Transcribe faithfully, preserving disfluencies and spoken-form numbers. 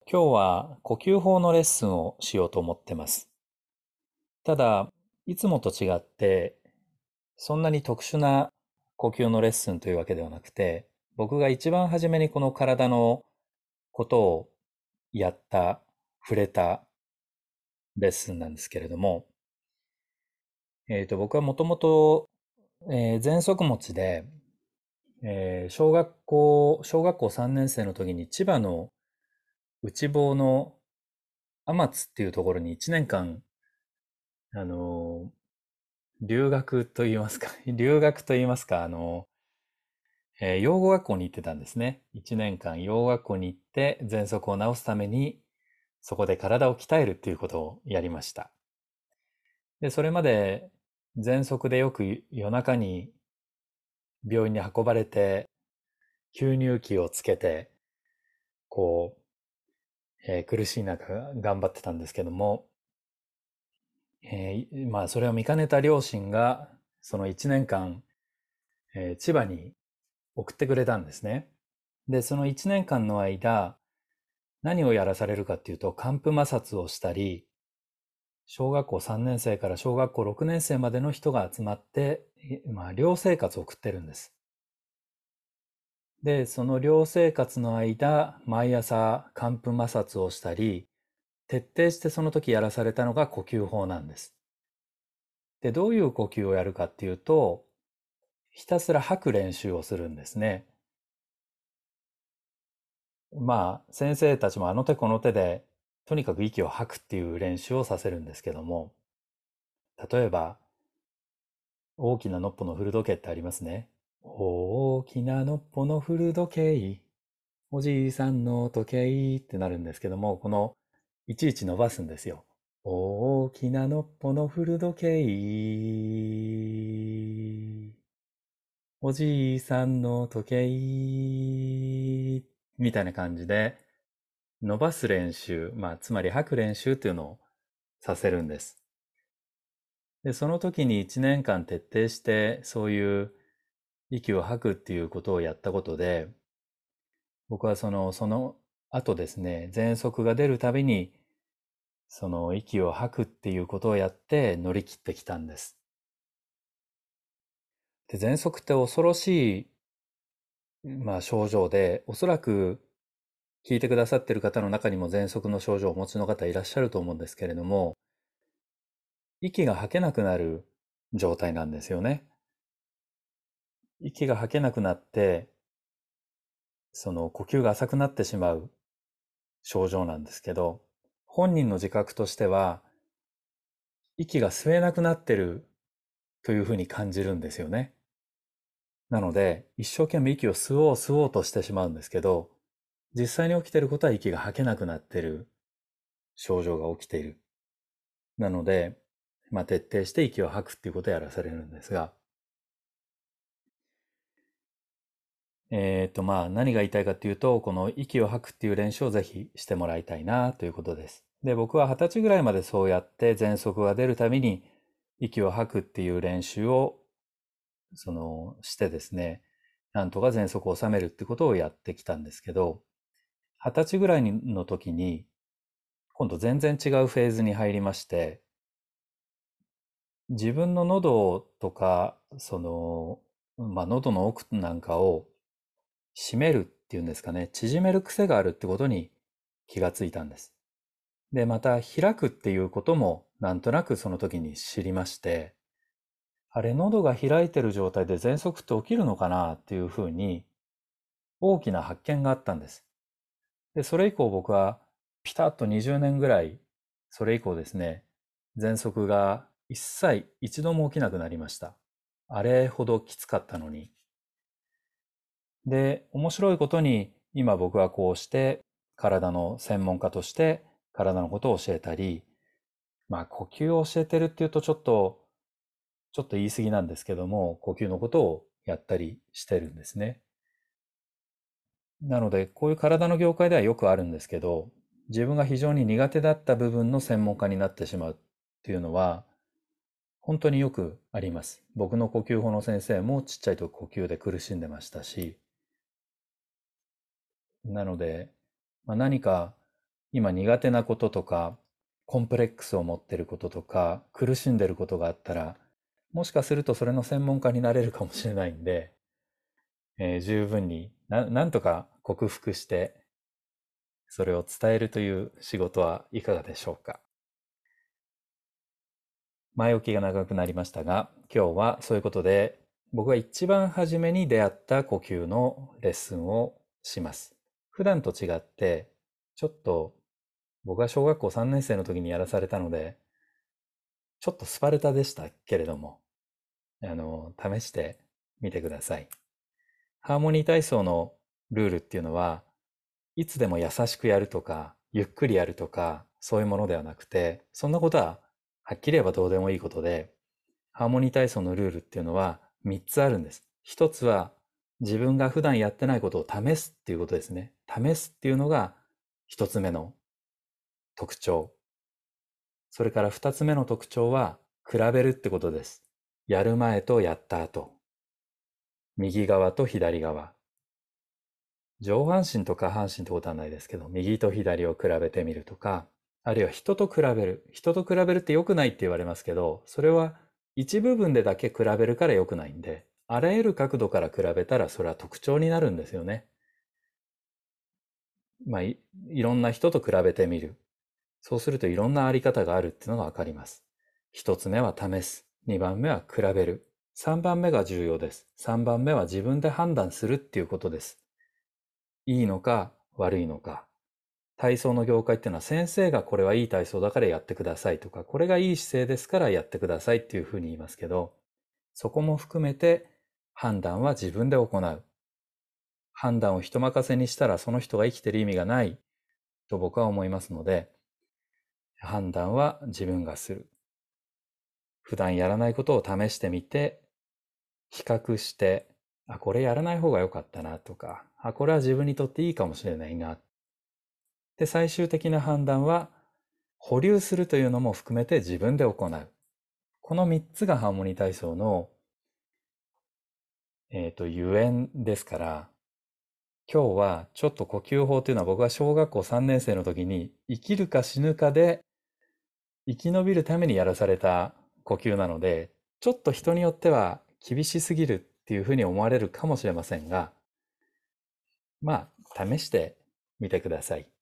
今日は呼吸法のレッスンをしようと思ってます。ただ、いつもと違って、そんなに特殊な呼吸のレッスンというわけではなくて、僕が一番初めにこの体のことをやった、触れたレッスンなんですけれども、えっと、僕はもともと、えー喘息持ちで、えー小学校、小学校さんねん生の時に千葉の内房の天津っていうところにいちねんかん、あの留学と言いますか、留学と言いますか、あの、えー養護学校に行ってたんですね。いちねんかん養護学校に行って、喘息を治すために、そこで体を鍛えるっていうことをやりました。で、それまで、喘息でよく夜中に病院に運ばれて、吸入器をつけて、こう、えー苦しい中頑張ってたんですけども、えーまあ、それを見かねた両親が、そのいちねんかん、えー千葉に送ってくれたんですね。で、そのいちねんかんの間、何をやらされるかっていうと、乾布摩擦をしたり、小学校さんねん生から小学校ろくねん生までの人が集まって、まあ、寮生活を送ってるんです。で、その寮生活の間、毎朝乾布摩擦をしたり、徹底してその時やらされたのが呼吸法なんです。で、どういう呼吸をやるかっていうと、ひたすら吐く練習をするんですね。まあ、先生たちもあの手この手で、とにかく息を吐くっていう練習をさせるんですけども、例えば、大きなノッポの古時計ってありますね。大きなノッポの古時計、おじいさんの時計ってなるんですけども、この、いちいち伸ばすんですよ。大きなノッポの古時計、おじいさんの時計、みたいな感じで、伸ばす練習、まあ、つまり吐く練習っていうのをさせるんです。で、その時にいちねんかん徹底して、そういう息を吐くっていうことをやったことで、僕はその、その後ですね、喘息が出るたびに、その息を吐くっていうことをやって乗り切ってきたんです。で、喘息って恐ろしい、まあ、症状で、おそらく聞いてくださっている方の中にも喘息の症状をお持ちの方いらっしゃると思うんですけれども、息が吐けなくなる状態なんですよね。息が吐けなくなって、その呼吸が浅くなってしまう症状なんですけど、本人の自覚としては、息が吸えなくなってるというふうに感じるんですよね。なので、一生懸命息を吸おう吸おうとしてしまうんですけど、実際に起きていることは息が吐けなくなっている症状が起きている。なので、まあ、徹底して息を吐くっていうことをやらされるんですが、えっと、まあ、何が言いたいかっていうと、この息を吐くっていう練習をぜひしてもらいたいなということです。で、僕は二十歳ぐらいまでそうやって喘息が出るたびに息を吐くっていう練習を、その、してですね、なんとか喘息を収めるってことをやってきたんですけど、二十歳ぐらいの時に、今度全然違うフェーズに入りまして、自分の喉とか、その、まあ、喉の奥なんかを締めるっていうんですかね、縮める癖があるってことに気がついたんです。で、また開くっていうこともなんとなくその時に知りまして、あれ、喉が開いてる状態で喘息って起きるのかなっていうふうに大きな発見があったんです。で、それ以降僕はピタッとにじゅうねんぐらい、それ以降ですね、喘息が一切一度も起きなくなりました。あれほどきつかったのに。で、面白いことに今僕はこうして体の専門家として体のことを教えたり、まあ呼吸を教えてるっていうとちょっと、ちょっと言い過ぎなんですけども、呼吸のことをやったりしてるんですね。なので、こういう体の業界ではよくあるんですけど、自分が非常に苦手だった部分の専門家になってしまうっていうのは、本当によくあります。僕の呼吸法の先生もちっちゃい時呼吸で苦しんでましたし、なので、まあ、何か今苦手なこととか、コンプレックスを持っていることとか、苦しんでいることがあったら、もしかするとそれの専門家になれるかもしれないんで、えー十分にな、なんとか克服して、それを伝えるという仕事はいかがでしょうか。前置きが長くなりましたが、今日はそういうことで、僕が一番初めに出会った呼吸のレッスンをします。普段と違って、ちょっと僕が小学校さんねん生の時にやらされたので、ちょっとスパルタでしたけれども、あの、試してみてください。ハーモニー体操のルールっていうのは、いつでも優しくやるとか、ゆっくりやるとか、そういうものではなくて、そんなことははっきり言えばどうでもいいことで、ハーモニー体操のルールっていうのはみっつあるんです。ひとつは自分が普段やってないことを試すっていうことですね。試すっていうのがひとつめの特徴。それからふたつめの特徴は比べるってことです。やる前とやった後。右側と左側。上半身と下半身ってことはないですけど、右と左を比べてみるとか、あるいは人と比べる。人と比べるって良くないって言われますけど、それは一部分でだけ比べるから良くないんで、あらゆる角度から比べたらそれは特徴になるんですよね。まあい、いろんな人と比べてみる。そうするといろんなあり方があるっていうのがわかります。一つ目は試す。二番目は比べる。三番目が重要です。三番目は自分で判断するっていうことです。いいのか悪いのか。体操の業界っていうのは先生がこれはいい体操だからやってくださいとか、これがいい姿勢ですからやってくださいっていうふうに言いますけど、そこも含めて判断は自分で行う。判断を人任せにしたらその人が生きてる意味がないと僕は思いますので、判断は自分がする。普段やらないことを試してみて、比較して、あ、これやらない方が良かったなとか、あ、これは自分にとっていいかもしれないな。で、最終的な判断は保留するというのも含めて自分で行う。このみっつがハーモニー体操の、えっと、ゆえんですから、今日はちょっと呼吸法というのは僕は小学校さんねん生の時に生きるか死ぬかで生き延びるためにやらされた呼吸なので、ちょっと人によっては厳しすぎるっていうふうに思われるかもしれませんが、まあ、試してみてください。